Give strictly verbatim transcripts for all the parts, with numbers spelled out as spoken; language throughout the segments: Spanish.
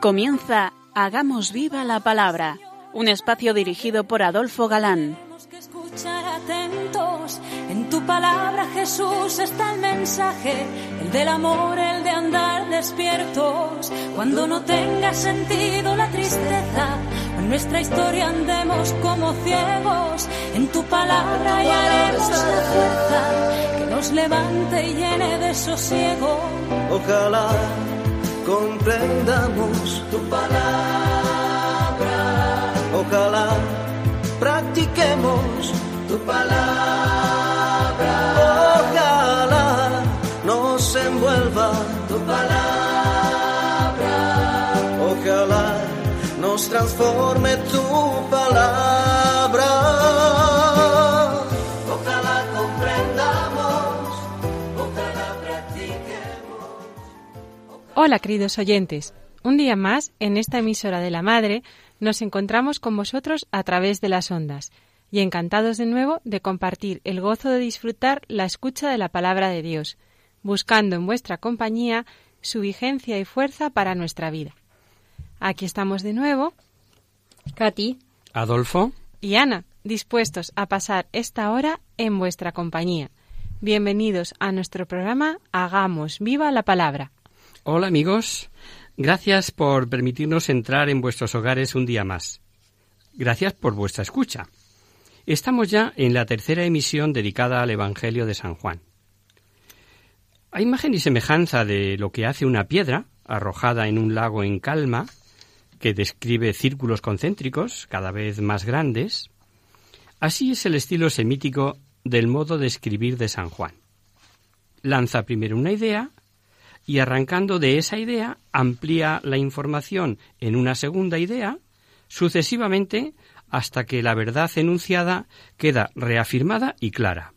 Comienza Hagamos Viva la Palabra, un espacio dirigido por Adolfo Galán. Tenemos que escuchar atentos, en tu palabra, Jesús, está el mensaje, el del amor, el de andar despiertos. Cuando no tenga sentido la tristeza, o en nuestra historia andemos como ciegos, en tu palabra hallaremos la fuerza que nos levante y llene de sosiego. Ojalá comprendamos tu palabra, ojalá practiquemos tu palabra, ojalá nos envuelva tu palabra, ojalá nos transforme tu palabra, ojalá comprendamos, ojalá practiquemos. Hola, queridos oyentes. Un día más, en esta emisora de la Madre, nos encontramos con vosotros a través de las ondas y encantados de nuevo de compartir el gozo de disfrutar la escucha de la palabra de Dios, buscando en vuestra compañía su vigencia y fuerza para nuestra vida. Aquí estamos de nuevo, Katy, Adolfo y Ana, dispuestos a pasar esta hora en vuestra compañía. Bienvenidos a nuestro programa Hagamos Viva la Palabra. Hola amigos, gracias por permitirnos entrar en vuestros hogares un día más. Gracias por vuestra escucha. Estamos ya en la tercera emisión dedicada al Evangelio de San Juan. A imagen y semejanza de lo que hace una piedra arrojada en un lago en calma, que describe círculos concéntricos cada vez más grandes, así es el estilo semítico del modo de escribir de San Juan. Lanza primero una idea y arrancando de esa idea amplía la información en una segunda idea, sucesivamente hasta que la verdad enunciada queda reafirmada y clara.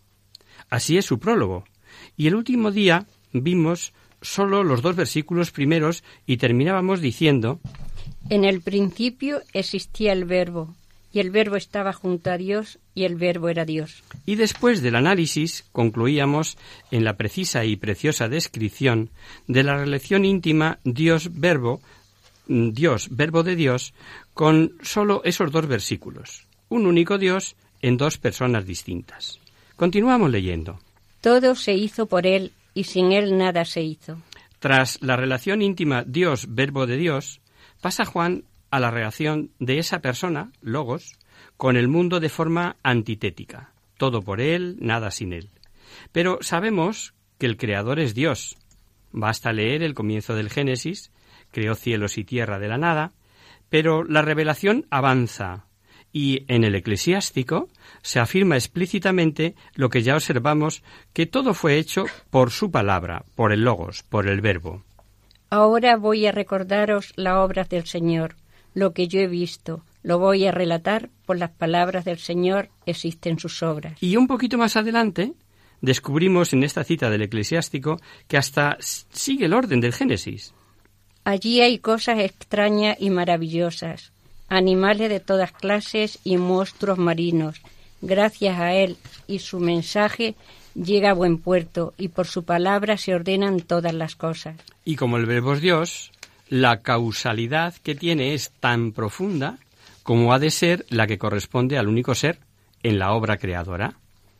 Así es su prólogo, y el último día vimos solo los dos versículos primeros y terminábamos diciendo: en el principio existía el Verbo, y el Verbo estaba junto a Dios, y el Verbo era Dios. Y después del análisis concluíamos en la precisa y preciosa descripción de la relación íntima Dios-Verbo, Dios, Verbo de Dios, con solo esos dos versículos. Un único Dios en dos personas distintas. Continuamos leyendo. Todo se hizo por Él, y sin Él nada se hizo. Tras la relación íntima Dios, Verbo de Dios, pasa Juan a la relación de esa persona, Logos, con el mundo de forma antitética. Todo por Él, nada sin Él. Pero sabemos que el Creador es Dios. Basta leer el comienzo del Génesis: creó cielos y tierra de la nada, pero la revelación avanza y en el eclesiástico se afirma explícitamente lo que ya observamos, que todo fue hecho por su palabra, por el Logos, por el Verbo. Ahora voy a recordaros las obras del Señor, lo que yo he visto, lo voy a relatar, por las palabras del Señor existen sus obras. Y un poquito más adelante descubrimos en esta cita del eclesiástico que hasta sigue el orden del Génesis. Allí hay cosas extrañas y maravillosas, animales de todas clases y monstruos marinos. Gracias a Él y su mensaje llega a buen puerto, y por su palabra se ordenan todas las cosas. Y como el Verbo es Dios, la causalidad que tiene es tan profunda como ha de ser la que corresponde al único ser en la obra creadora.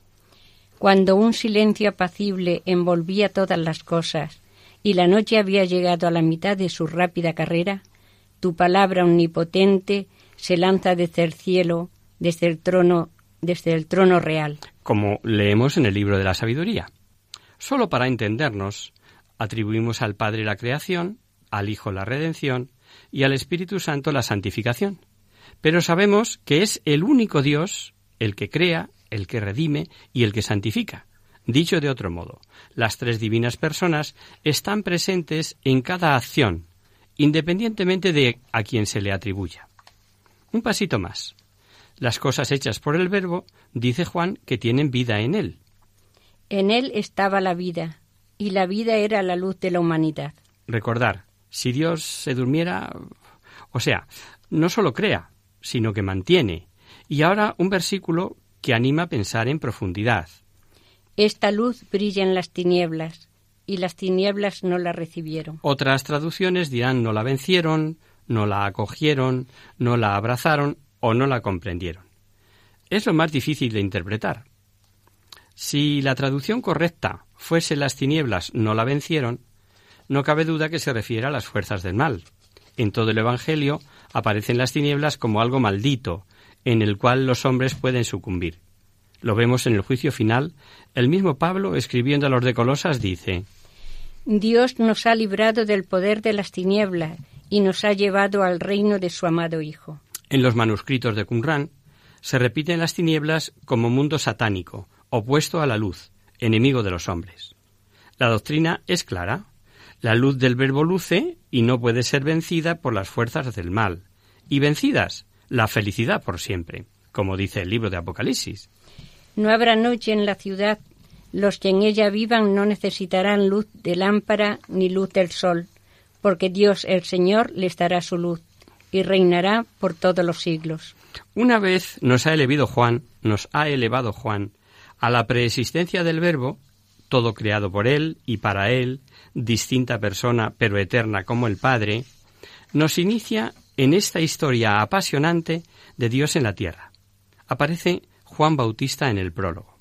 Cuando un silencio apacible envolvía todas las cosas y la noche había llegado a la mitad de su rápida carrera, tu palabra omnipotente se lanza desde el cielo, desde el trono, desde el trono real. Como leemos en el libro de la sabiduría. Solo para entendernos, atribuimos al Padre la creación, al Hijo la redención y al Espíritu Santo la santificación. Pero sabemos que es el único Dios el que crea, el que redime y el que santifica. Dicho de otro modo, las tres divinas personas están presentes en cada acción, independientemente de a quien se le atribuya. Un pasito más. Las cosas hechas por el Verbo, dice Juan, que tienen vida en Él. En Él estaba la vida, y la vida era la luz de la humanidad. Recordar, si Dios se durmiera, o sea, no solo crea, sino que mantiene. Y ahora un versículo que anima a pensar en profundidad. Esta luz brilla en las tinieblas, y las tinieblas no la recibieron. Otras traducciones dirán no la vencieron, no la acogieron, no la abrazaron o no la comprendieron. Es lo más difícil de interpretar. Si la traducción correcta fuese las tinieblas no la vencieron, no cabe duda que se refiere a las fuerzas del mal. En todo el Evangelio aparecen las tinieblas como algo maldito, en el cual los hombres pueden sucumbir. Lo vemos en el juicio final. El mismo Pablo, escribiendo a los de Colosas, dice: Dios nos ha librado del poder de las tinieblas y nos ha llevado al reino de su amado Hijo. En los manuscritos de Qumran se repiten las tinieblas como mundo satánico, opuesto a la luz, enemigo de los hombres. La doctrina es clara. La luz del Verbo luce y no puede ser vencida por las fuerzas del mal. Y vencidas, la felicidad por siempre, como dice el libro de Apocalipsis. No habrá noche en la ciudad. Los que en ella vivan no necesitarán luz de lámpara ni luz del sol, porque Dios el Señor les dará su luz y reinará por todos los siglos. Una vez nos ha elevado Juan, nos ha elevado Juan a la preexistencia del Verbo, todo creado por él y para él, distinta persona pero eterna como el Padre, nos inicia en esta historia apasionante de Dios en la tierra. Aparece Juan Bautista en el prólogo.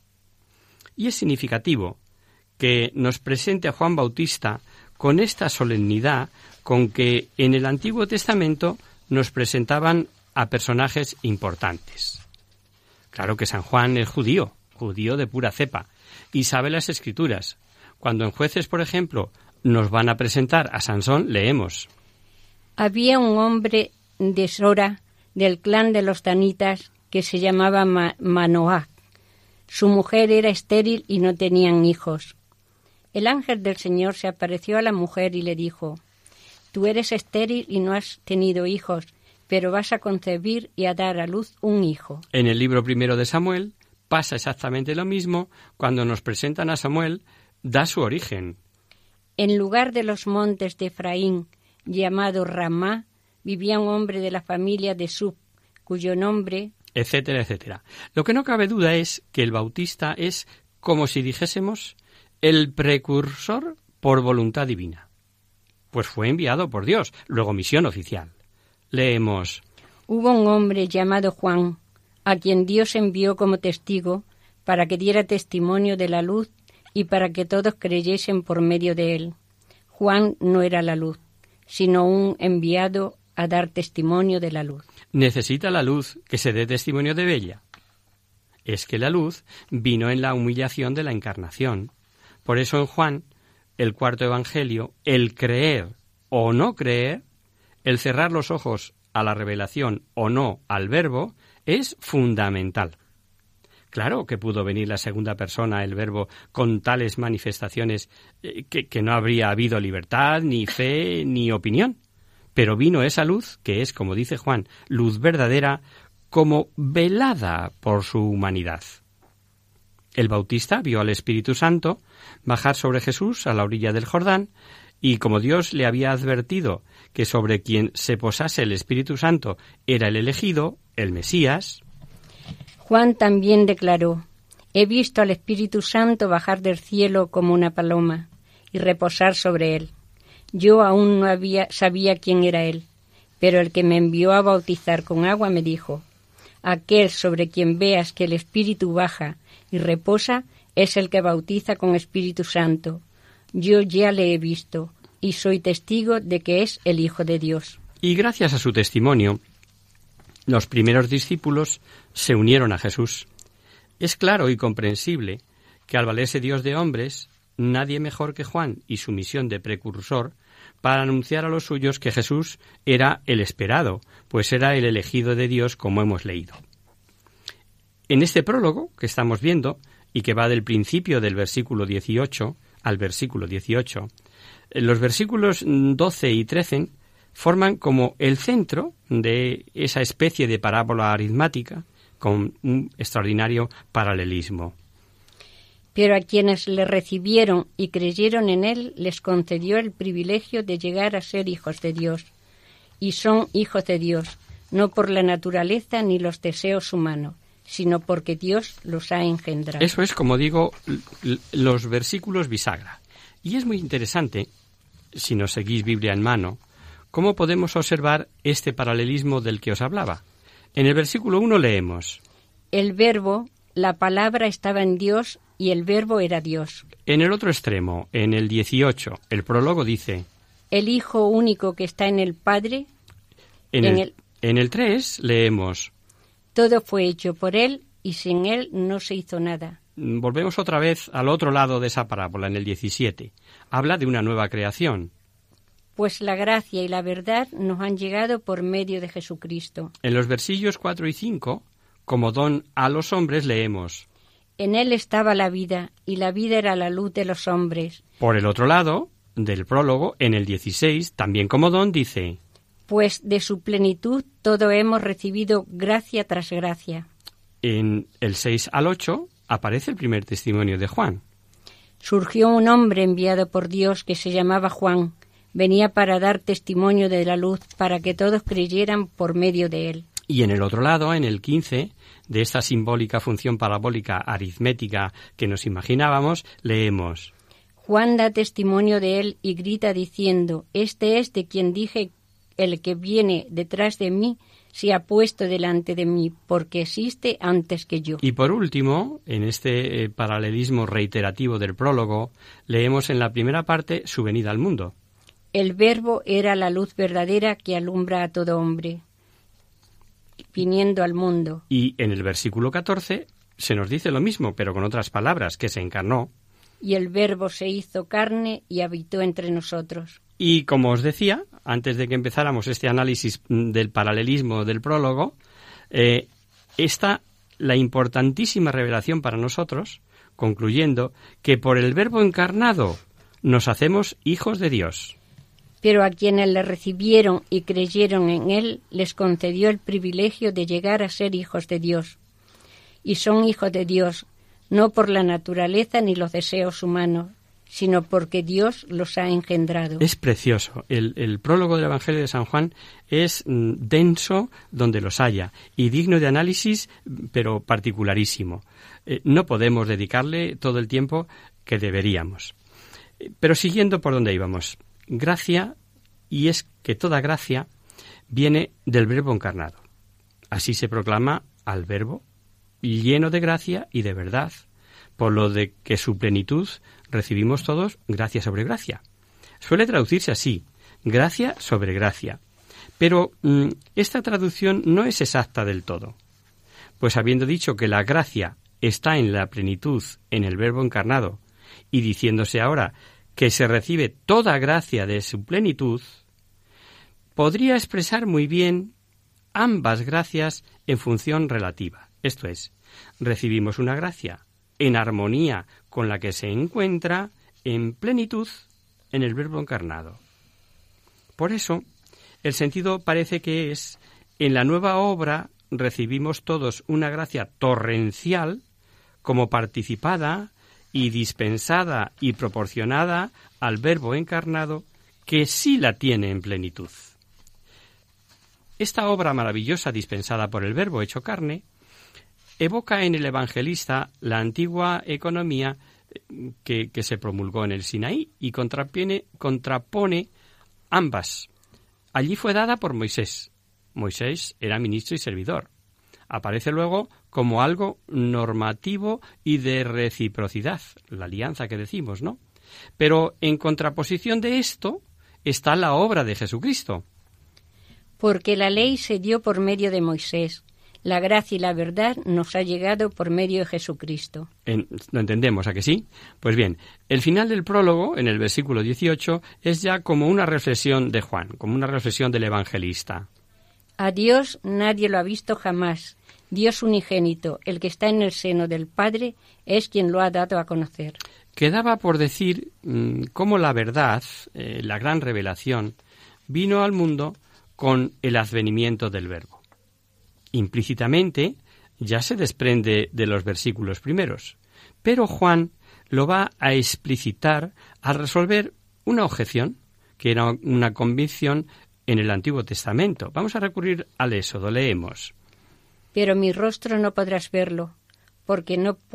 Y es significativo que nos presente a Juan Bautista con esta solemnidad con que en el Antiguo Testamento nos presentaban a personajes importantes. Claro que San Juan es judío, judío de pura cepa, y sabe las Escrituras. Cuando en Jueces, por ejemplo, nos van a presentar a Sansón, leemos: Había un hombre de Sora, del clan de los danitas, que se llamaba Ma- Manoah. Su mujer era estéril y no tenían hijos. El ángel del Señor se apareció a la mujer y le dijo: Tú eres estéril y no has tenido hijos, pero vas a concebir y a dar a luz un hijo. En el libro primero de Samuel pasa exactamente lo mismo. Cuando nos presentan a Samuel, da su origen. En lugar de los montes de Efraín, llamado Ramá, vivía un hombre de la familia de Sub, cuyo nombre... etcétera, etcétera. Lo que no cabe duda es que el Bautista es, como si dijésemos, el precursor por voluntad divina. Pues fue enviado por Dios, luego misión oficial. Leemos: Hubo un hombre llamado Juan, a quien Dios envió como testigo, para que diera testimonio de la luz y para que todos creyesen por medio de él. Juan no era la luz, sino un enviado a dar testimonio de la luz. ¿Necesita la luz que se dé testimonio de ella? Es que la luz vino en la humillación de la encarnación. Por eso en Juan, el cuarto evangelio, el creer o no creer, el cerrar los ojos a la revelación o no al Verbo, es fundamental. Claro que pudo venir la segunda persona, el Verbo, con tales manifestaciones eh, que, que no habría habido libertad, ni fe, ni opinión. Pero vino esa luz, que es, como dice Juan, luz verdadera, como velada por su humanidad. El Bautista vio al Espíritu Santo bajar sobre Jesús a la orilla del Jordán, y como Dios le había advertido que sobre quien se posase el Espíritu Santo era el elegido, el Mesías... Juan también declaró: He visto al Espíritu Santo bajar del cielo como una paloma y reposar sobre él. Yo aún no había, sabía quién era él, pero el que me envió a bautizar con agua me dijo: Aquel sobre quien veas que el Espíritu baja y reposa es el que bautiza con Espíritu Santo. Yo ya le he visto y soy testigo de que es el Hijo de Dios. Y gracias a su testimonio, los primeros discípulos se unieron a Jesús. Es claro y comprensible que al valerse Dios de hombres, nadie mejor que Juan y su misión de precursor para anunciar a los suyos que Jesús era el esperado, pues era el elegido de Dios, como hemos leído. En este prólogo que estamos viendo, y que va del principio del versículo dieciocho al versículo dieciocho, los versículos doce y trece forman como el centro de esa especie de parábola aritmática con un extraordinario paralelismo. Pero a quienes le recibieron y creyeron en él, les concedió el privilegio de llegar a ser hijos de Dios. Y son hijos de Dios, no por la naturaleza ni los deseos humanos, sino porque Dios los ha engendrado. Eso es, como digo, los versículos bisagra. Y es muy interesante, si nos seguís Biblia en mano, cómo podemos observar este paralelismo del que os hablaba. En el versículo uno leemos: El verbo, la palabra estaba en Dios y el verbo era Dios. En el otro extremo, en el dieciocho, el prólogo dice: El Hijo único que está en el Padre. En, en el, el, en el tres leemos: Todo fue hecho por Él y sin Él no se hizo nada. Volvemos otra vez al otro lado de esa parábola, en el diecisiete. Habla de una nueva creación. Pues la gracia y la verdad nos han llegado por medio de Jesucristo. En los versillos cuatro y cinco, como don a los hombres, leemos: En Él estaba la vida, y la vida era la luz de los hombres. Por el otro lado del prólogo, en el dieciséis, también como don, dice: Pues de su plenitud todo hemos recibido gracia tras gracia. En el seis al ocho aparece el primer testimonio de Juan. Surgió un hombre enviado por Dios que se llamaba Juan. Venía para dar testimonio de la luz, para que todos creyeran por medio de él. Y en el otro lado, en el quince, de esta simbólica función parabólica aritmética que nos imaginábamos, leemos: Juan da testimonio de él y grita diciendo: Este es de quien dije, el que viene detrás de mí se ha puesto delante de mí, porque existe antes que yo. Y por último, en este eh, paralelismo reiterativo del prólogo, leemos en la primera parte su venida al mundo. El verbo era la luz verdadera que alumbra a todo hombre, viniendo al mundo. Y en el versículo catorce se nos dice lo mismo, pero con otras palabras, que se encarnó. Y el verbo se hizo carne y habitó entre nosotros. Y como os decía, antes de que empezáramos este análisis del paralelismo del prólogo, eh, está la importantísima revelación para nosotros, concluyendo que por el verbo encarnado nos hacemos hijos de Dios. Pero a quienes le recibieron y creyeron en él, les concedió el privilegio de llegar a ser hijos de Dios. Y son hijos de Dios, no por la naturaleza ni los deseos humanos, sino porque Dios los ha engendrado. Es precioso. El, el prólogo del Evangelio de San Juan es mm, denso donde los haya y digno de análisis, pero particularísimo. Eh, no podemos dedicarle todo el tiempo que deberíamos. Eh, pero siguiendo por donde íbamos. Gracia, y es que toda gracia viene del Verbo encarnado. Así se proclama al Verbo, lleno de gracia y de verdad, por lo de que su plenitud recibimos todos gracia sobre gracia. Suele traducirse así, gracia sobre gracia. Pero mmm, esta traducción no es exacta del todo, pues habiendo dicho que la gracia está en la plenitud, en el Verbo encarnado, y diciéndose ahora que se recibe toda gracia de su plenitud, podría expresar muy bien ambas gracias en función relativa. Esto es, recibimos una gracia en armonía con la que se encuentra en plenitud en el Verbo encarnado. Por eso, el sentido parece que es, en la nueva obra recibimos todos una gracia torrencial como participada y dispensada y proporcionada al Verbo encarnado, que sí la tiene en plenitud. Esta obra maravillosa dispensada por el Verbo hecho carne evoca en el evangelista la antigua economía que, que se promulgó en el Sinaí y contrapone, contrapone ambas. Allí fue dada por Moisés. Moisés era ministro y servidor. Aparece luego como algo normativo y de reciprocidad, la alianza que decimos, ¿no? Pero en contraposición de esto está la obra de Jesucristo. Porque la ley se dio por medio de Moisés, la gracia y la verdad nos ha llegado por medio de Jesucristo. En, ¿Lo entendemos, a que sí? Pues bien, el final del prólogo, en el versículo dieciocho, es ya como una reflexión de Juan, como una reflexión del evangelista. A Dios nadie lo ha visto jamás. Dios unigénito, el que está en el seno del Padre, es quien lo ha dado a conocer. Quedaba por decir mmm, cómo la verdad, eh, la gran revelación, vino al mundo con el advenimiento del Verbo. Implícitamente ya se desprende de los versículos primeros, pero Juan lo va a explicitar al resolver una objeción, que era una convicción en el Antiguo Testamento. Vamos a recurrir al Éxodo, leemos. Pero mi rostro no podrás verlo, porque no, pue-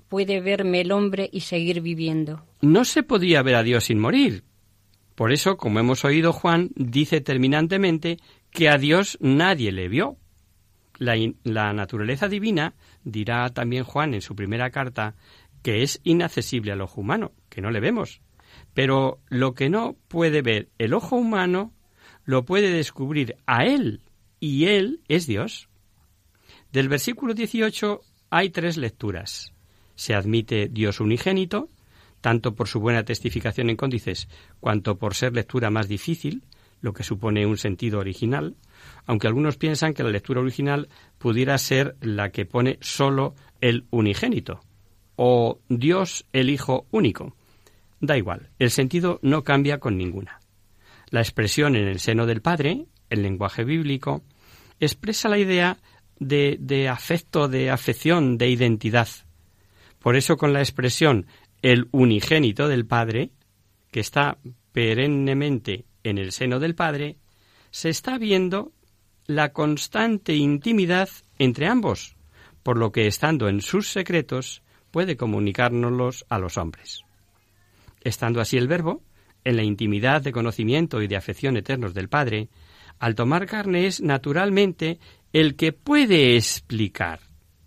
puede verme el hombre y seguir viviendo? No se podía ver a Dios sin morir. Por eso, como hemos oído, Juan dice terminantemente que a Dios nadie le vio. La, la naturaleza divina, dirá también Juan en su primera carta, que es inaccesible al ojo humano, que no le vemos. Pero lo que no puede ver el ojo humano, lo puede descubrir a Él, y Él es Dios. Del versículo dieciocho hay tres lecturas. Se admite Dios unigénito, tanto por su buena testificación en códices, cuanto por ser lectura más difícil, lo que supone un sentido original, aunque algunos piensan que la lectura original pudiera ser la que pone solo el unigénito, o Dios el Hijo único. Da igual, el sentido no cambia con ninguna. La expresión en el seno del Padre, el lenguaje bíblico, expresa la idea de, de afecto, de afección, de identidad. Por eso con la expresión el unigénito del Padre, que está perennemente en el seno del Padre, se está viendo la constante intimidad entre ambos, por lo que estando en sus secretos puede comunicárnoslos a los hombres. Estando así el Verbo, en la intimidad de conocimiento y de afección eternos del Padre, al tomar carne es naturalmente el que puede explicar.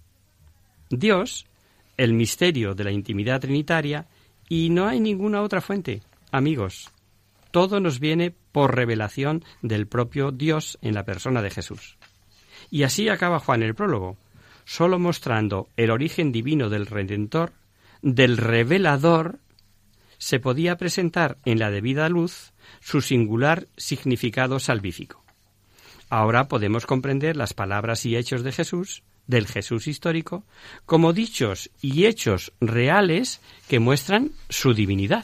Dios, el misterio de la intimidad trinitaria, y no hay ninguna otra fuente, amigos. Todo nos viene por revelación del propio Dios en la persona de Jesús. Y así acaba Juan el prólogo, solo mostrando el origen divino del Redentor, del revelador, se podía presentar en la debida luz su singular significado salvífico. Ahora podemos comprender las palabras y hechos de Jesús, del Jesús histórico, como dichos y hechos reales que muestran su divinidad.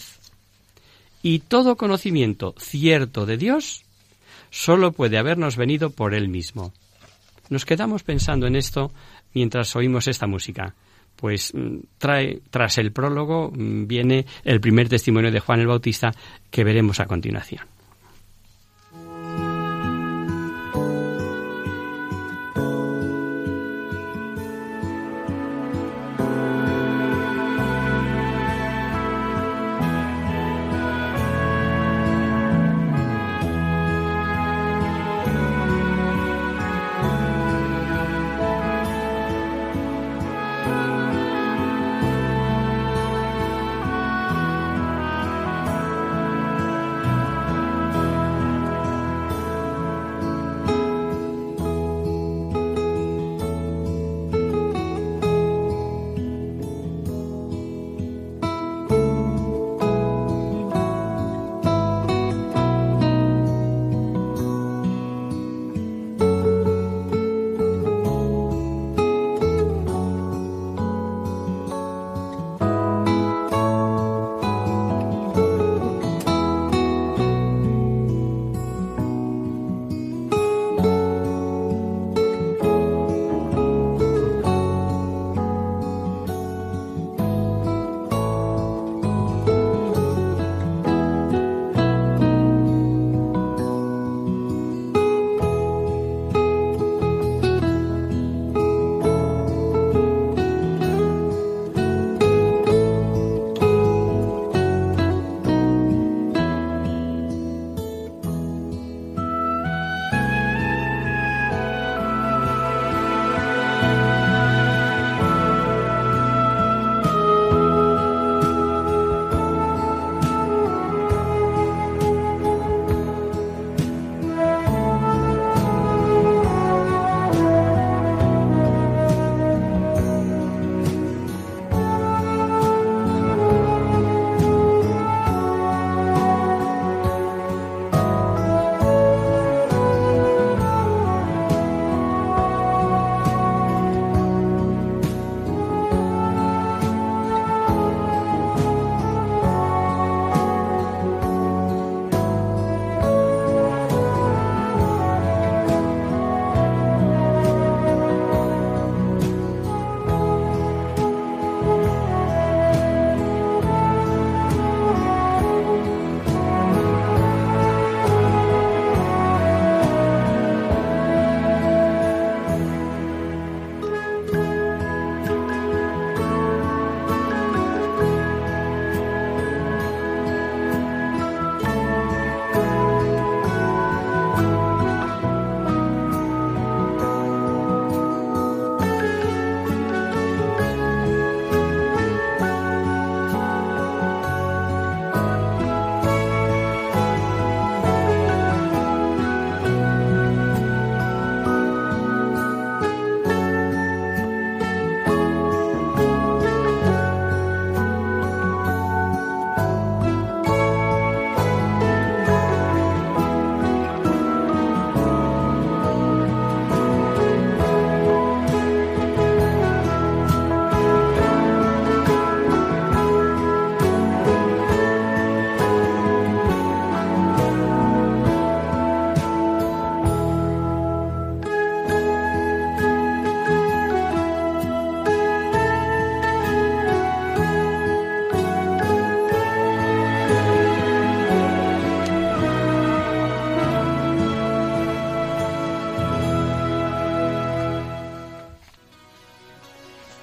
Y todo conocimiento cierto de Dios solo puede habernos venido por Él mismo. Nos quedamos pensando en esto mientras oímos esta música. Pues trae, tras el prólogo viene el primer testimonio de Juan el Bautista que veremos a continuación.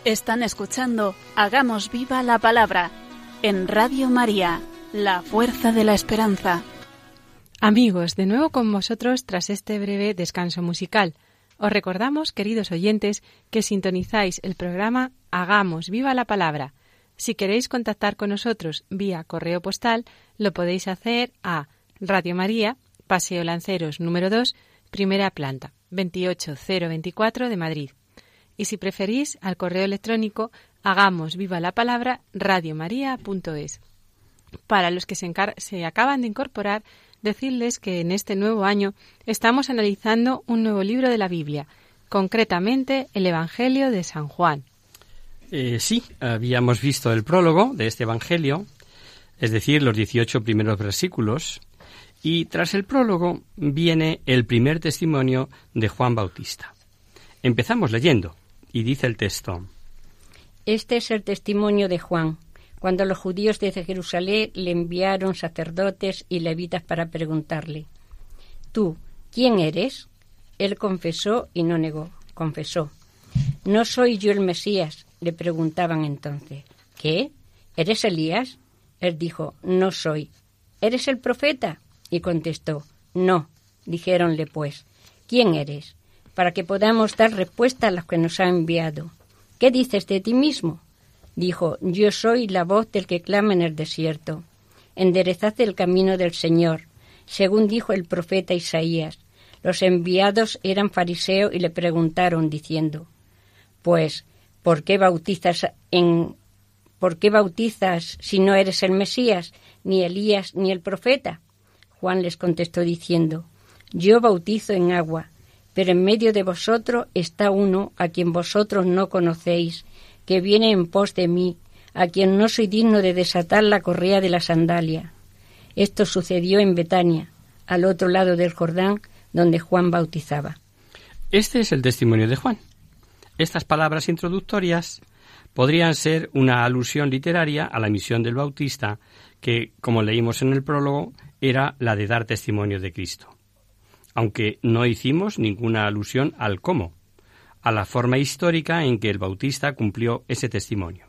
Están escuchando Hagamos Viva la Palabra en Radio María, la fuerza de la esperanza. Amigos, de nuevo con vosotros tras este breve descanso musical. Os recordamos, queridos oyentes, que sintonizáis el programa Hagamos Viva la Palabra. Si queréis contactar con nosotros vía correo postal, lo podéis hacer a Radio María, Paseo Lanceros número dos, primera planta, veintiocho mil veinticuatro de Madrid. Y si preferís, al correo electrónico Hagamos Viva la Palabra radiomaria punto es. Para los que se, encar- se acaban de incorporar, decirles que en este nuevo año estamos analizando un nuevo libro de la Biblia, concretamente el Evangelio de San Juan. Eh, sí, habíamos visto el prólogo de este Evangelio, es decir, los dieciocho primeros versículos, y tras el prólogo viene el primer testimonio de Juan Bautista. Empezamos leyendo, y dice el texto: Este es el testimonio de Juan, cuando los judíos desde Jerusalén le enviaron sacerdotes y levitas para preguntarle: ¿Tú, quién eres? Él confesó y no negó, confesó. ¿No soy yo el Mesías?, le preguntaban entonces. ¿Qué? ¿Eres Elías? Él dijo: No soy. ¿Eres el profeta? Y contestó: No. Dijéronle pues: ¿Quién eres? Para que podamos dar respuesta a los que nos ha enviado. ¿Qué dices de ti mismo? Dijo: Yo soy la voz del que clama en el desierto. Enderezad el camino del Señor, según dijo el profeta Isaías. Los enviados eran fariseos y le preguntaron diciendo: Pues, ¿por qué bautizas en, ¿por qué bautizas si no eres el Mesías, ni Elías, ni el profeta? Juan les contestó diciendo: Yo bautizo en agua, pero en medio de vosotros está uno a quien vosotros no conocéis, que viene en pos de mí, a quien no soy digno de desatar la correa de la sandalia. Esto sucedió en Betania, al otro lado del Jordán, donde Juan bautizaba. Este es el testimonio de Juan. Estas palabras introductorias podrían ser una alusión literaria a la misión del Bautista, que, como leímos en el prólogo, era la de dar testimonio de Cristo. Aunque no hicimos ninguna alusión al cómo, a la forma histórica en que el Bautista cumplió ese testimonio.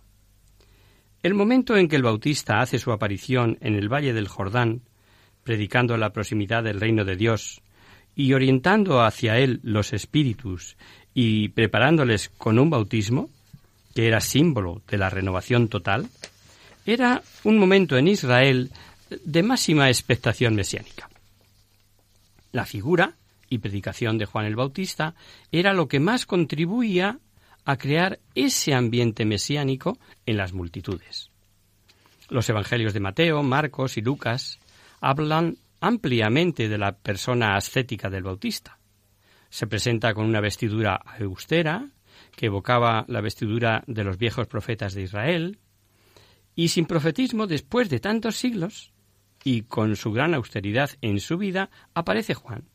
El momento en que el Bautista hace su aparición en el Valle del Jordán, predicando la proximidad del reino de Dios y orientando hacia él los espíritus y preparándoles con un bautismo, que era símbolo de la renovación total, era un momento en Israel de máxima expectación mesiánica. La figura y predicación de Juan el Bautista era lo que más contribuía a crear ese ambiente mesiánico en las multitudes. Los evangelios de Mateo, Marcos y Lucas hablan ampliamente de la persona ascética del Bautista. Se presenta con una vestidura austera, que evocaba la vestidura de los viejos profetas de Israel, y sin profetismo después de tantos siglos, y con su gran austeridad en su vida, aparece Juan.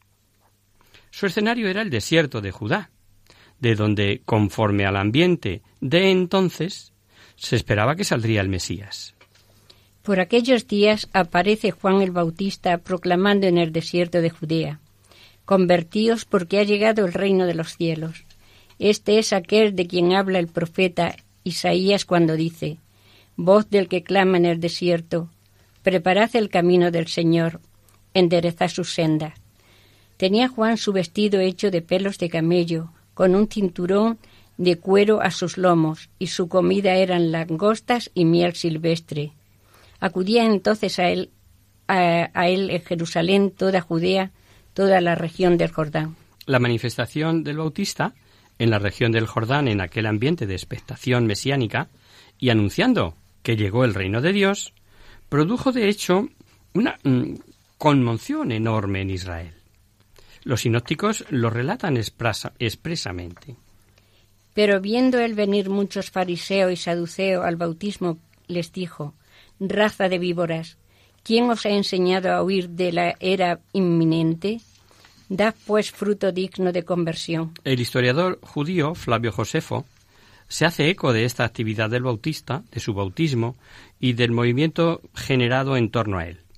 Su escenario era el desierto de Judá, de donde, conforme al ambiente de entonces, se esperaba que saldría el Mesías. Por aquellos días aparece Juan el Bautista proclamando en el desierto de Judea: Convertíos, porque ha llegado el reino de los cielos. Este es aquel de quien habla el profeta Isaías cuando dice: Voz del que clama en el desierto, preparad el camino del Señor, enderezad sus sendas. Tenía Juan su vestido hecho de pelos de camello, con un cinturón de cuero a sus lomos, y su comida eran langostas y miel silvestre. Acudía entonces a él, a, a él en Jerusalén toda Judea, toda la región del Jordán. La manifestación del Bautista en la región del Jordán, en aquel ambiente de expectación mesiánica, y anunciando que llegó el reino de Dios, produjo de hecho una mm, conmoción enorme en Israel. Los sinópticos lo relatan expresa, expresamente. Pero viendo él venir muchos fariseos y saduceos al bautismo, les dijo: Raza de víboras, ¿quién os ha enseñado a huir de la era inminente? Dad pues fruto digno de conversión. El historiador judío Flavio Josefo se hace eco de esta actividad del Bautista, de su bautismo y del movimiento generado en torno a él.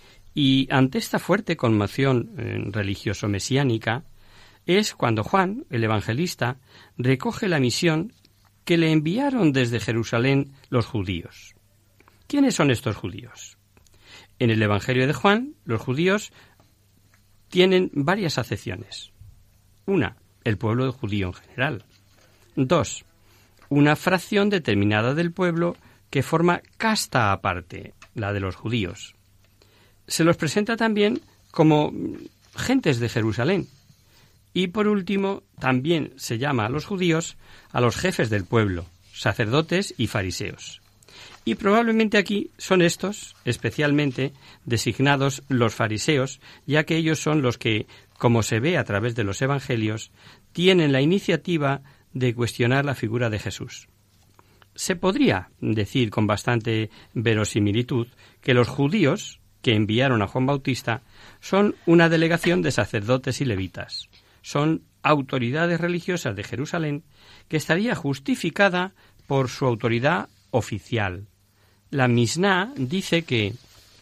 Y ante esta fuerte conmoción eh, religioso-mesiánica es cuando Juan, el evangelista, recoge la misión que le enviaron desde Jerusalén los judíos. ¿Quiénes son estos judíos? En el Evangelio de Juan, los judíos tienen varias acepciones. Una, el pueblo judío en general. Dos, una fracción determinada del pueblo que forma casta aparte, la de los judíos. Se los presenta también como gentes de Jerusalén. Y por último, también se llama a los judíos a los jefes del pueblo, sacerdotes y fariseos. Y probablemente aquí son estos, especialmente, designados los fariseos, ya que ellos son los que, como se ve a través de los evangelios, tienen la iniciativa de cuestionar la figura de Jesús. Se podría decir con bastante verosimilitud que los judíos que enviaron a Juan Bautista son una delegación de sacerdotes y levitas. Son autoridades religiosas de Jerusalén que estaría justificada por su autoridad oficial. La Misná dice que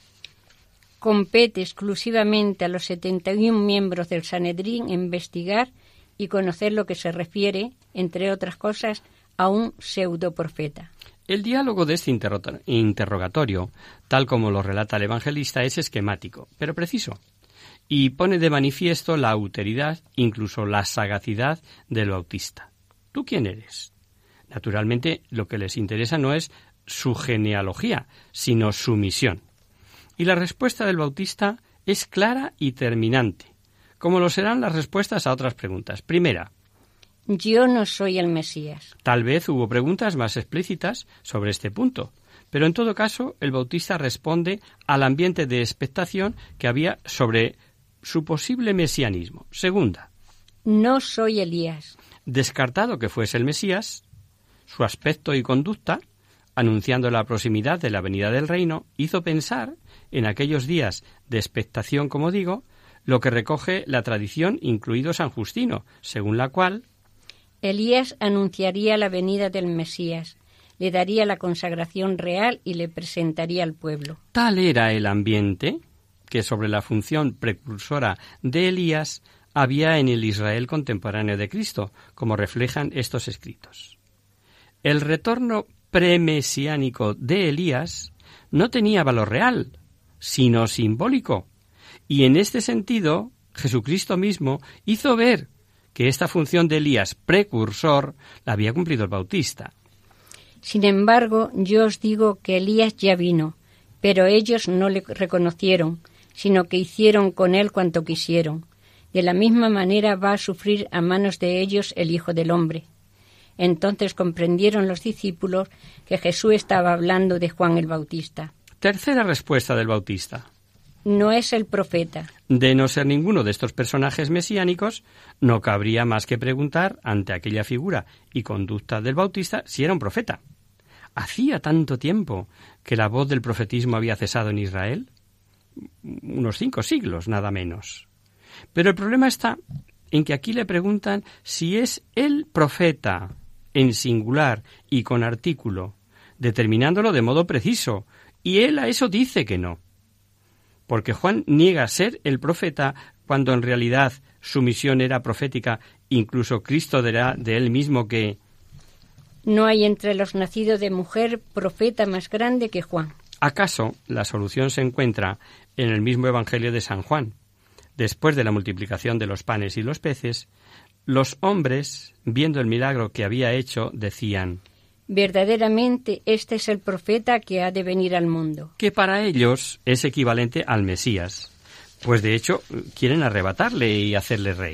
compete exclusivamente a los setenta y un miembros del Sanedrín investigar y conocer lo que se refiere, entre otras cosas, a un pseudoprofeta. El diálogo de este interrogatorio, tal como lo relata el evangelista, es esquemático, pero preciso, y pone de manifiesto la autoridad, incluso la sagacidad del Bautista. ¿Tú quién eres? Naturalmente, lo que les interesa no es su genealogía, sino su misión. Y la respuesta del Bautista es clara y terminante, como lo serán las respuestas a otras preguntas. Primera, yo no soy el Mesías. Tal vez hubo preguntas más explícitas sobre este punto, pero en todo caso el Bautista responde al ambiente de expectación que había sobre su posible mesianismo. Segunda, no soy Elías. Descartado que fuese el Mesías, su aspecto y conducta, anunciando la proximidad de la venida del reino, hizo pensar, en aquellos días de expectación, como digo, lo que recoge la tradición, incluido San Justino, según la cual Elías anunciaría la venida del Mesías, le daría la consagración real y le presentaría al pueblo. Tal era el ambiente que sobre la función precursora de Elías había en el Israel contemporáneo de Cristo, como reflejan estos escritos. El retorno premesiánico de Elías no tenía valor real, sino simbólico, y en este sentido Jesucristo mismo hizo ver que esta función de Elías precursor la había cumplido el Bautista. Sin embargo, yo os digo que Elías ya vino, pero ellos no le reconocieron, sino que hicieron con él cuanto quisieron. De la misma manera va a sufrir a manos de ellos el Hijo del Hombre. Entonces comprendieron los discípulos que Jesús estaba hablando de Juan el Bautista. Tercera respuesta del Bautista. No es el profeta. De no ser ninguno de estos personajes mesiánicos, no cabría más que preguntar ante aquella figura y conducta del Bautista si era un profeta. ¿Hacía tanto tiempo que la voz del profetismo había cesado en Israel? Unos cinco siglos, nada menos. Pero el problema está en que aquí le preguntan si es el profeta, en singular y con artículo, determinándolo de modo preciso, y él a eso dice que no. Porque Juan niega ser el profeta cuando en realidad su misión era profética, incluso Cristo dirá de él mismo que no hay entre los nacidos de mujer profeta más grande que Juan. ¿Acaso la solución se encuentra en el mismo Evangelio de San Juan? Después de la multiplicación de los panes y los peces, los hombres, viendo el milagro que había hecho, decían: verdaderamente este es el profeta que ha de venir al mundo. Que para ellos es equivalente al Mesías, pues de hecho quieren arrebatarle y hacerle rey.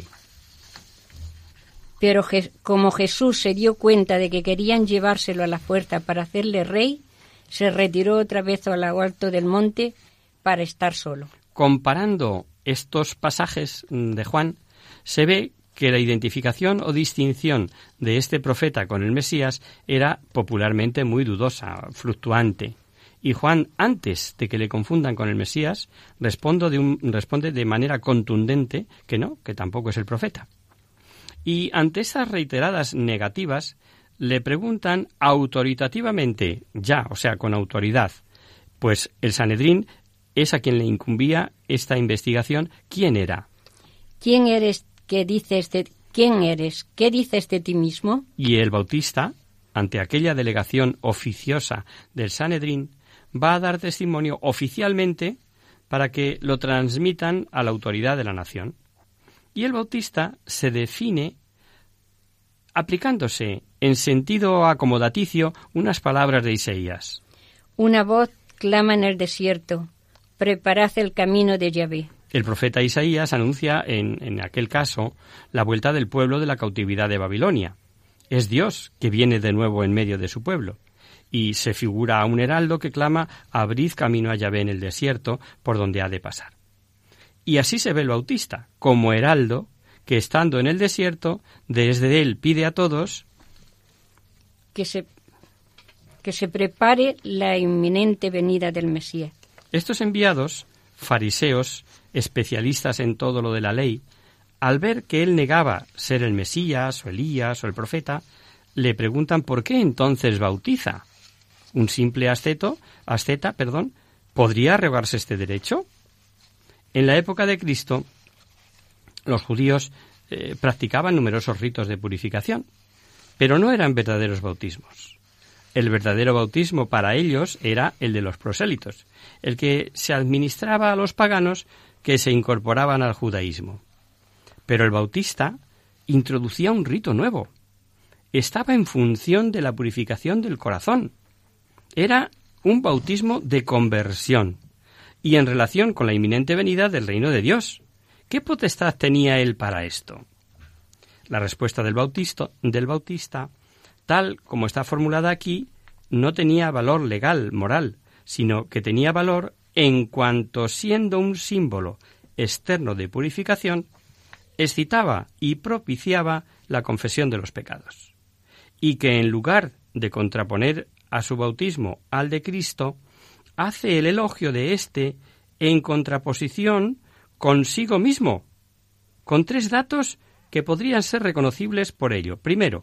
Pero Je- como Jesús se dio cuenta de que querían llevárselo a la fuerza para hacerle rey, se retiró otra vez a lo alto del monte para estar solo. Comparando estos pasajes de Juan, se ve que la identificación o distinción de este profeta con el Mesías era popularmente muy dudosa, fluctuante. Y Juan, antes de que le confundan con el Mesías, responde de, un, responde de manera contundente que no, que tampoco es el profeta. Y ante estas reiteradas negativas, le preguntan autoritativamente, ya, o sea, con autoridad, pues el Sanedrín es a quien le incumbía esta investigación, ¿quién era? ¿Quién eres? ¿Qué dices de, ¿Quién eres? ¿Qué dices de ti mismo? Y el Bautista, ante aquella delegación oficiosa del Sanedrín, va a dar testimonio oficialmente para que lo transmitan a la autoridad de la nación. Y el Bautista se define aplicándose en sentido acomodaticio unas palabras de Isaías. Una voz clama en el desierto, preparad el camino de Yahvé. El profeta Isaías anuncia en, en aquel caso la vuelta del pueblo de la cautividad de Babilonia. Es Dios que viene de nuevo en medio de su pueblo. Y se figura a un heraldo que clama: abrid camino a Yahvé en el desierto, por donde ha de pasar. Y así se ve el Bautista, como heraldo, que estando en el desierto, desde él pide a todos que se, que se prepare la inminente venida del Mesías. Estos enviados, fariseos, especialistas en todo lo de la ley, al ver que él negaba ser el Mesías, o Elías, o el profeta, le preguntan por qué entonces bautiza. ¿Un simple asceto, asceta, perdón, podría arrogarse este derecho? En la época de Cristo, los judíos eh, practicaban numerosos ritos de purificación, pero no eran verdaderos bautismos. El verdadero bautismo para ellos era el de los prosélitos, el que se administraba a los paganos que se incorporaban al judaísmo. Pero el Bautista introducía un rito nuevo. Estaba en función de la purificación del corazón. Era un bautismo de conversión y en relación con la inminente venida del reino de Dios. ¿Qué potestad tenía él para esto? La respuesta del Bautista, del Bautista, tal como está formulada aquí, no tenía valor legal, moral, sino que tenía valor en cuanto, siendo un símbolo externo de purificación, excitaba y propiciaba la confesión de los pecados, y que en lugar de contraponer a su bautismo al de Cristo, hace el elogio de éste en contraposición consigo mismo, con tres datos que podrían ser reconocibles por ello. Primero,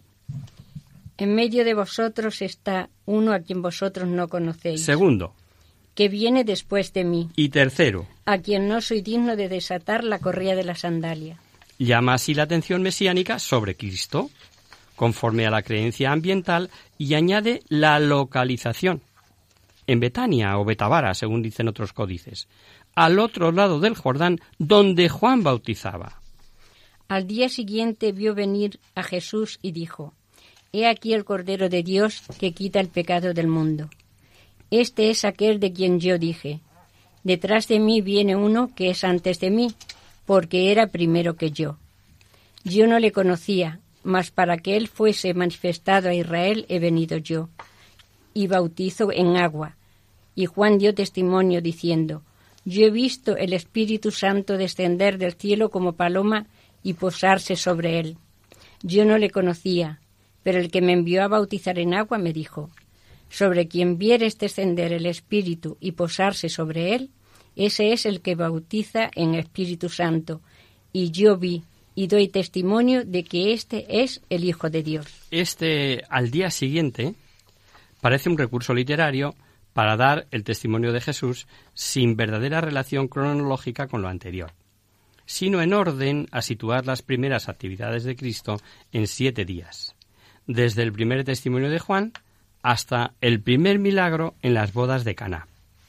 en medio de vosotros está uno a quien vosotros no conocéis. Segundo, que viene después de mí. Y tercero, a quien no soy digno de desatar la correa de la sandalia. Llama así la atención mesiánica sobre Cristo, conforme a la creencia ambiental, y añade la localización. En Betania o Betabara, según dicen otros códices, al otro lado del Jordán, donde Juan bautizaba. Al día siguiente vio venir a Jesús y dijo: He aquí el Cordero de Dios que quita el pecado del mundo. Este es aquel de quien yo dije: detrás de mí viene uno que es antes de mí, porque era primero que yo. Yo no le conocía, mas para que él fuese manifestado a Israel he venido yo, y bautizo en agua. Y Juan dio testimonio diciendo: Yo he visto el Espíritu Santo descender del cielo como paloma y posarse sobre él. Yo no le conocía, pero el que me envió a bautizar en agua me dijo: Sobre quien vieres descender el Espíritu y posarse sobre él, ese es el que bautiza en Espíritu Santo. Y yo vi y doy testimonio de que este es el Hijo de Dios. Este, al día siguiente, parece un recurso literario para dar el testimonio de Jesús sin verdadera relación cronológica con lo anterior, sino en orden a situar las primeras actividades de Cristo en siete días, desde el primer testimonio de Juan hasta el primer milagro en las bodas de Caná.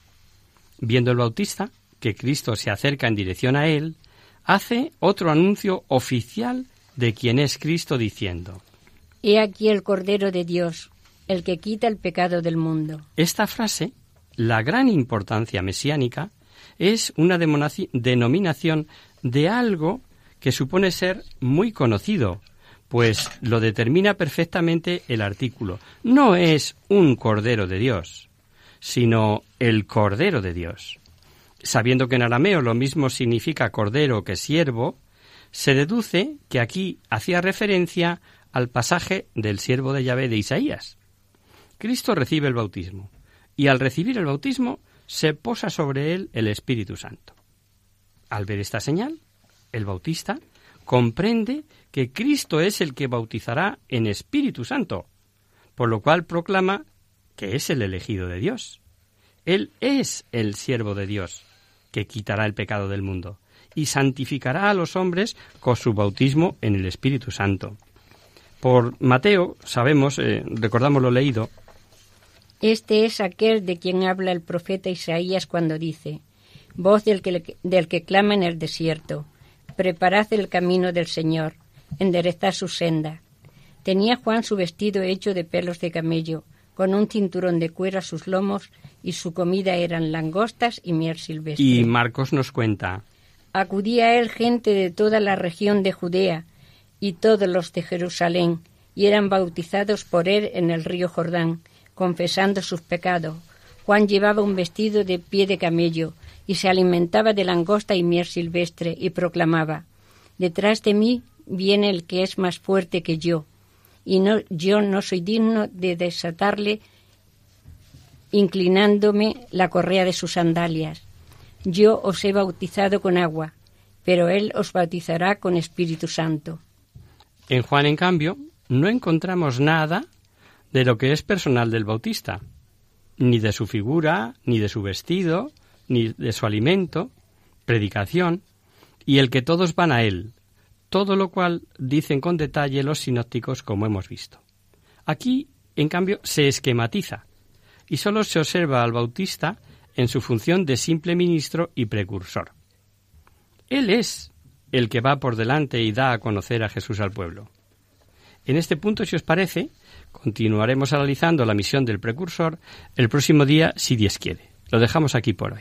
Viendo el Bautista que Cristo se acerca en dirección a él, hace otro anuncio oficial de quién es Cristo, diciendo: He aquí el Cordero de Dios, el que quita el pecado del mundo. Esta frase, la gran importancia mesiánica, es una denominación de algo que supone ser muy conocido, pues lo determina perfectamente el artículo. No es un Cordero de Dios, sino el Cordero de Dios. Sabiendo que en arameo lo mismo significa cordero que siervo, se deduce que aquí hacía referencia al pasaje del siervo de Yahvé de Isaías. Cristo recibe el bautismo, y al recibir el bautismo se posa sobre él el Espíritu Santo. Al ver esta señal, el Bautista comprende que Cristo es el que bautizará en Espíritu Santo, por lo cual proclama que es el elegido de Dios. Él es el siervo de Dios, que quitará el pecado del mundo y santificará a los hombres con su bautismo en el Espíritu Santo. Por Mateo sabemos, eh, recordamos lo leído. Este es aquel de quien habla el profeta Isaías cuando dice: voz del que, del que clama en el desierto, preparad el camino del Señor, enderezad su senda. Tenía Juan su vestido hecho de pelos de camello, con un cinturón de cuero a sus lomos, y su comida eran langostas y miel silvestre. Y Marcos nos cuenta: acudía a él gente de toda la región de Judea y todos los de Jerusalén, y eran bautizados por él en el río Jordán, confesando sus pecados. Juan llevaba un vestido de pie de camello, y se alimentaba de langosta y miel silvestre, y proclamaba: detrás de mí viene el que es más fuerte que yo, y no, yo no soy digno de desatarle, inclinándome la correa de sus sandalias. Yo os he bautizado con agua, pero él os bautizará con Espíritu Santo. En Juan, en cambio, no encontramos nada de lo que es personal del Bautista, ni de su figura, ni de su vestido, ni de su alimento, predicación, y el que todos van a él, todo lo cual dicen con detalle los sinópticos, como hemos visto. Aquí, en cambio, se esquematiza, y solo se observa al Bautista en su función de simple ministro y precursor. Él es el que va por delante y da a conocer a Jesús al pueblo. En este punto, si os parece, continuaremos analizando la misión del precursor el próximo día, si Dios quiere. Lo dejamos aquí por hoy.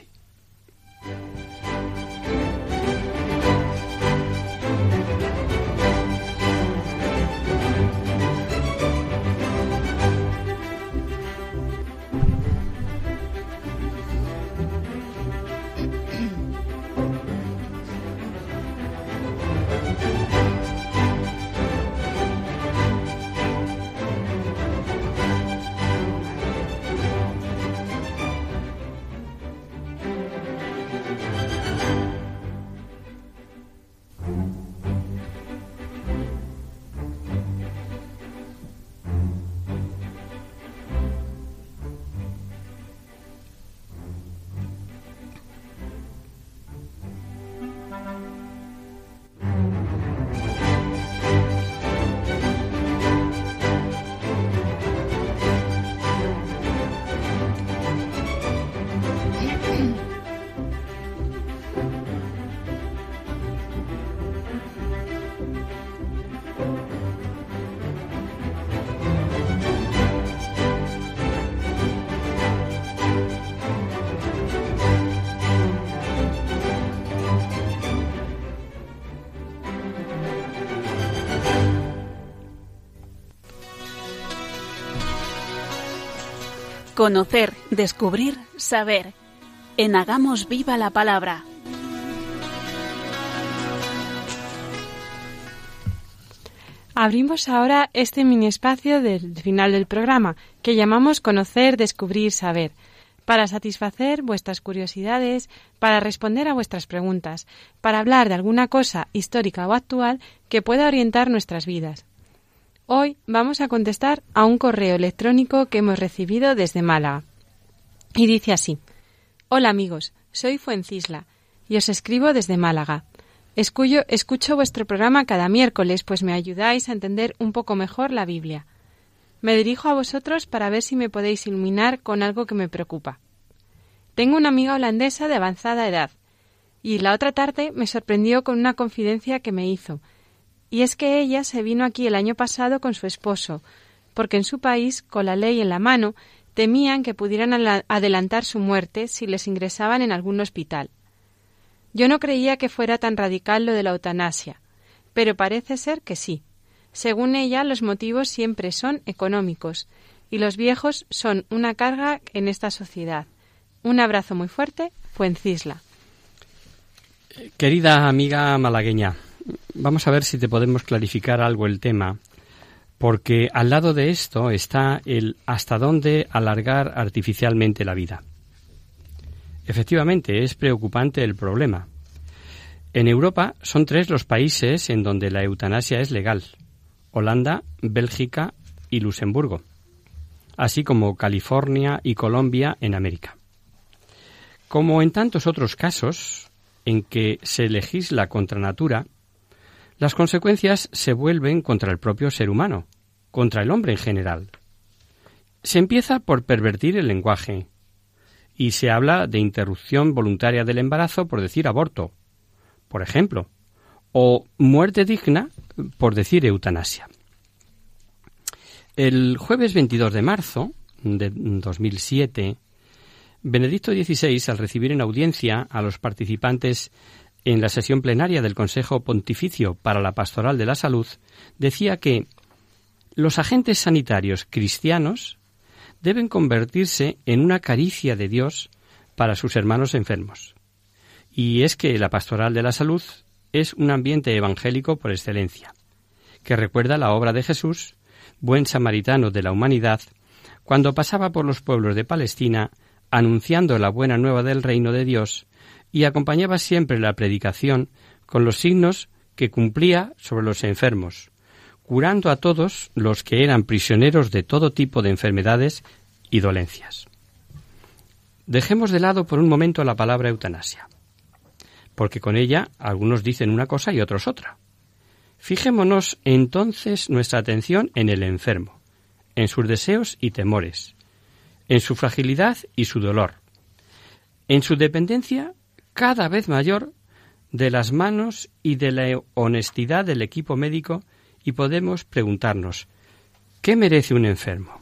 Conocer, descubrir, saber. En Hagamos Viva la Palabra. Abrimos ahora este mini espacio del final del programa, que llamamos Conocer, Descubrir, Saber, para satisfacer vuestras curiosidades, para responder a vuestras preguntas, para hablar de alguna cosa histórica o actual que pueda orientar nuestras vidas. Hoy vamos a contestar a un correo electrónico que hemos recibido desde Málaga. Y dice así: hola amigos, soy Fuencisla y os escribo desde Málaga. Escucho, escucho vuestro programa cada miércoles, pues me ayudáis a entender un poco mejor la Biblia. Me dirijo a vosotros para ver si me podéis iluminar con algo que me preocupa. Tengo una amiga holandesa de avanzada edad, y la otra tarde me sorprendió con una confidencia que me hizo. Y es que ella se vino aquí el año pasado con su esposo, porque en su país, con la ley en la mano, temían que pudieran adelantar su muerte si les ingresaban en algún hospital. Yo no creía que fuera tan radical lo de la eutanasia, pero parece ser que sí. Según ella, los motivos siempre son económicos, y los viejos son una carga en esta sociedad. Un abrazo muy fuerte, Fuencisla. Querida amiga malagueña, vamos a ver si te podemos clarificar algo el tema, porque al lado de esto está el hasta dónde alargar artificialmente la vida. Efectivamente, es preocupante el problema. En Europa son tres los países en donde la eutanasia es legal: Holanda, Bélgica y Luxemburgo, así como California y Colombia en América. Como en tantos otros casos en que se legisla contra natura, las consecuencias se vuelven contra el propio ser humano, contra el hombre en general. Se empieza por pervertir el lenguaje y se habla de interrupción voluntaria del embarazo por decir aborto, por ejemplo, o muerte digna por decir eutanasia. El jueves veintidós de marzo de dos mil siete, Benedicto dieciséis, al recibir en audiencia a los participantes en la sesión plenaria del Consejo Pontificio para la Pastoral de la Salud, decía que los agentes sanitarios cristianos deben convertirse en una caricia de Dios para sus hermanos enfermos. Y es que la Pastoral de la Salud es un ambiente evangélico por excelencia, que recuerda la obra de Jesús, buen samaritano de la humanidad, cuando pasaba por los pueblos de Palestina anunciando la buena nueva del reino de Dios, y acompañaba siempre la predicación con los signos que cumplía sobre los enfermos, curando a todos los que eran prisioneros de todo tipo de enfermedades y dolencias. Dejemos de lado por un momento la palabra eutanasia, porque con ella algunos dicen una cosa y otros otra. Fijémonos entonces nuestra atención en el enfermo, en sus deseos y temores, en su fragilidad y su dolor, en su dependencia cada vez mayor de las manos y de la honestidad del equipo médico, y podemos preguntarnos, ¿qué merece un enfermo?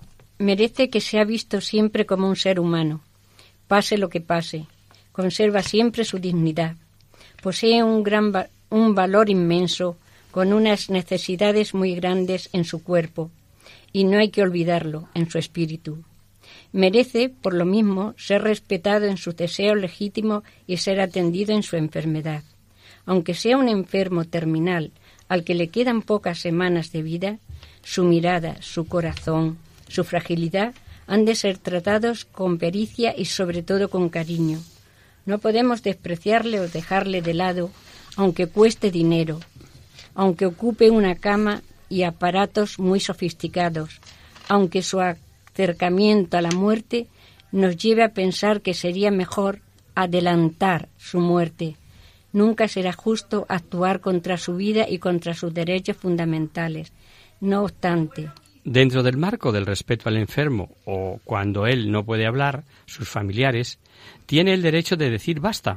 Merece que sea visto siempre como un ser humano, pase lo que pase, conserva siempre su dignidad, posee un gran va- un valor inmenso, con unas necesidades muy grandes en su cuerpo, y no hay que olvidarlo, en su espíritu. Merece, por lo mismo, ser respetado en su deseo legítimo y ser atendido en su enfermedad. Aunque sea un enfermo terminal al que le quedan pocas semanas de vida, su mirada, su corazón, su fragilidad han de ser tratados con pericia y sobre todo con cariño. No podemos despreciarle o dejarle de lado, aunque cueste dinero, aunque ocupe una cama y aparatos muy sofisticados, aunque su acercamiento a la muerte nos lleve a pensar que sería mejor adelantar su muerte. Nunca será justo actuar contra su vida y contra sus derechos fundamentales. No obstante, dentro del marco del respeto al enfermo, o cuando él no puede hablar, sus familiares, tiene el derecho de decir basta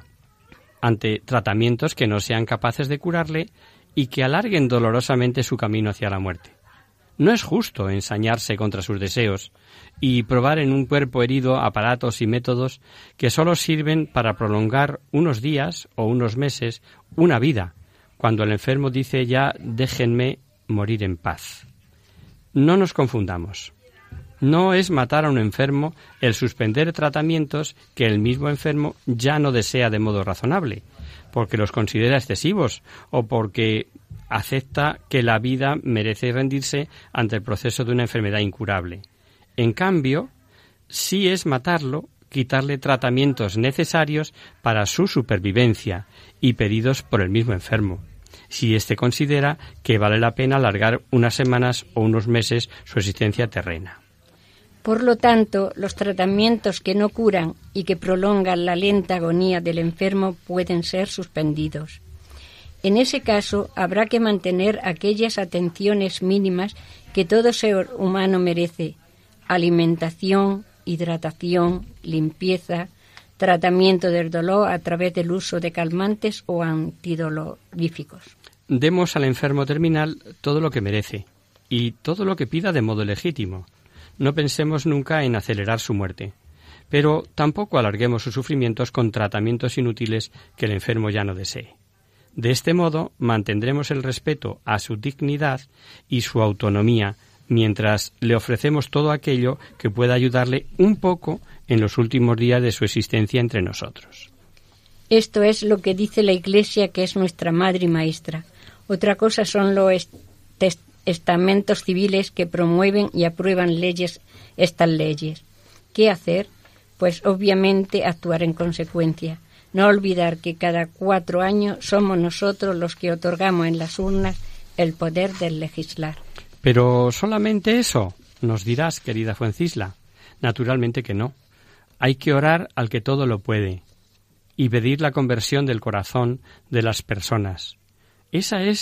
ante tratamientos que no sean capaces de curarle y que alarguen dolorosamente su camino hacia la muerte. No es justo ensañarse contra sus deseos y probar en un cuerpo herido aparatos y métodos que solo sirven para prolongar unos días o unos meses, una vida, cuando el enfermo dice ya déjenme morir en paz. No nos confundamos. No es matar a un enfermo el suspender tratamientos que el mismo enfermo ya no desea de modo razonable, porque los considera excesivos o porque acepta que la vida merece rendirse ante el proceso de una enfermedad incurable. En cambio, sí es matarlo, quitarle tratamientos necesarios para su supervivencia y pedidos por el mismo enfermo, si éste considera que vale la pena alargar unas semanas o unos meses su existencia terrena. por lo tanto, los tratamientos que no curan y que prolongan la lenta agonía del enfermo pueden ser suspendidos. En ese caso, habrá que mantener aquellas atenciones mínimas que todo ser humano merece: alimentación, hidratación, limpieza, tratamiento del dolor a través del uso de calmantes o antidoloríficos. Demos al enfermo terminal todo lo que merece y todo lo que pida de modo legítimo. No pensemos nunca en acelerar su muerte, pero tampoco alarguemos sus sufrimientos con tratamientos inútiles que el enfermo ya no desee. De este modo mantendremos el respeto a su dignidad y su autonomía, mientras le ofrecemos todo aquello que pueda ayudarle un poco en los últimos días de su existencia entre nosotros. Esto es lo que dice la Iglesia, que es nuestra madre y maestra. Otra cosa son los est- estamentos civiles que promueven y aprueban leyes, estas leyes. ¿Qué hacer? Pues obviamente actuar en consecuencia. No olvidar que cada cuatro años somos nosotros los que otorgamos en las urnas el poder de legislar. Pero solamente eso, nos dirás, querida Fuencisla. Naturalmente que no. Hay que orar al que todo lo puede y pedir la conversión del corazón de las personas. Esa es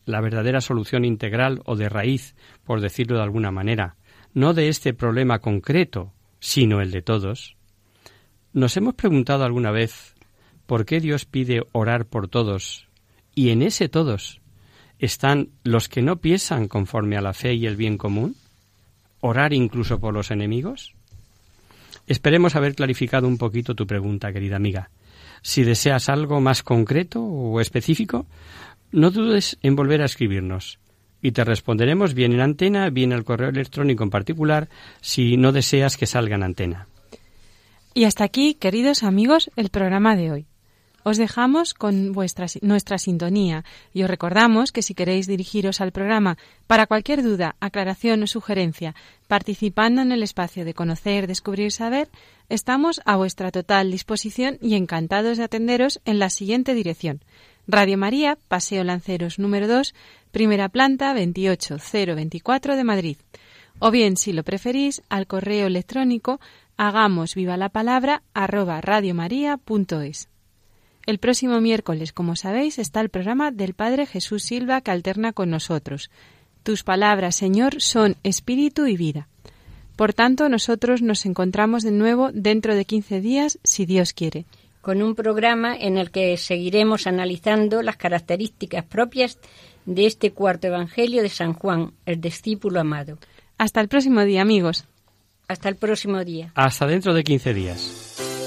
la verdadera solución integral o de raíz, por decirlo de alguna manera, no de este problema concreto, sino el de todos. ¿Nos hemos preguntado alguna vez por qué Dios pide orar por todos, y en ese todos están los que no piensan conforme a la fe y el bien común? ¿Orar incluso por los enemigos? Esperemos haber clarificado un poquito tu pregunta, querida amiga. Si deseas algo más concreto o específico, no dudes en volver a escribirnos y te responderemos bien en antena, bien al correo electrónico en particular, si no deseas que salga en antena. Y hasta aquí, queridos amigos, el programa de hoy. Os dejamos con vuestra, nuestra sintonía y os recordamos que si queréis dirigiros al programa para cualquier duda, aclaración o sugerencia, participando en el espacio de Conocer, Descubrir, Saber, estamos a vuestra total disposición y encantados de atenderos en la siguiente dirección. Radio María, Paseo Lanceros número dos, primera planta, veintiocho mil veinticuatro de Madrid. O bien, si lo preferís, al correo electrónico hagamos viva la palabra arroba radiomaria punto es. El próximo miércoles, como sabéis, está el programa del Padre Jesús Silva que alterna con nosotros. Tus palabras, Señor, son espíritu y vida. Por tanto, nosotros nos encontramos de nuevo dentro de quince días, si Dios quiere. Con un programa en el que seguiremos analizando las características propias de este cuarto Evangelio de San Juan, el discípulo amado. Hasta el próximo día, amigos. Hasta el próximo día. Hasta dentro de quince días.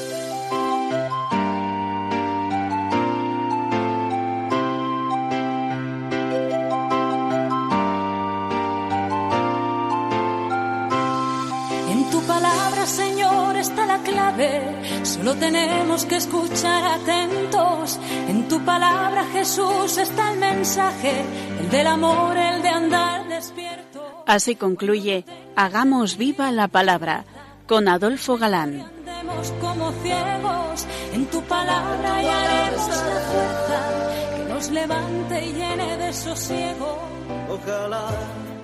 Señor, está la clave, solo tenemos que escuchar atentos. En tu palabra, Jesús, está el mensaje, el del amor, el de andar despierto. Así concluye Hagamos viva la palabra, con Adolfo Galán. Andemos como ciegos, en tu palabra y haremos la fuerza que nos levante y llene de sosiego. Ojalá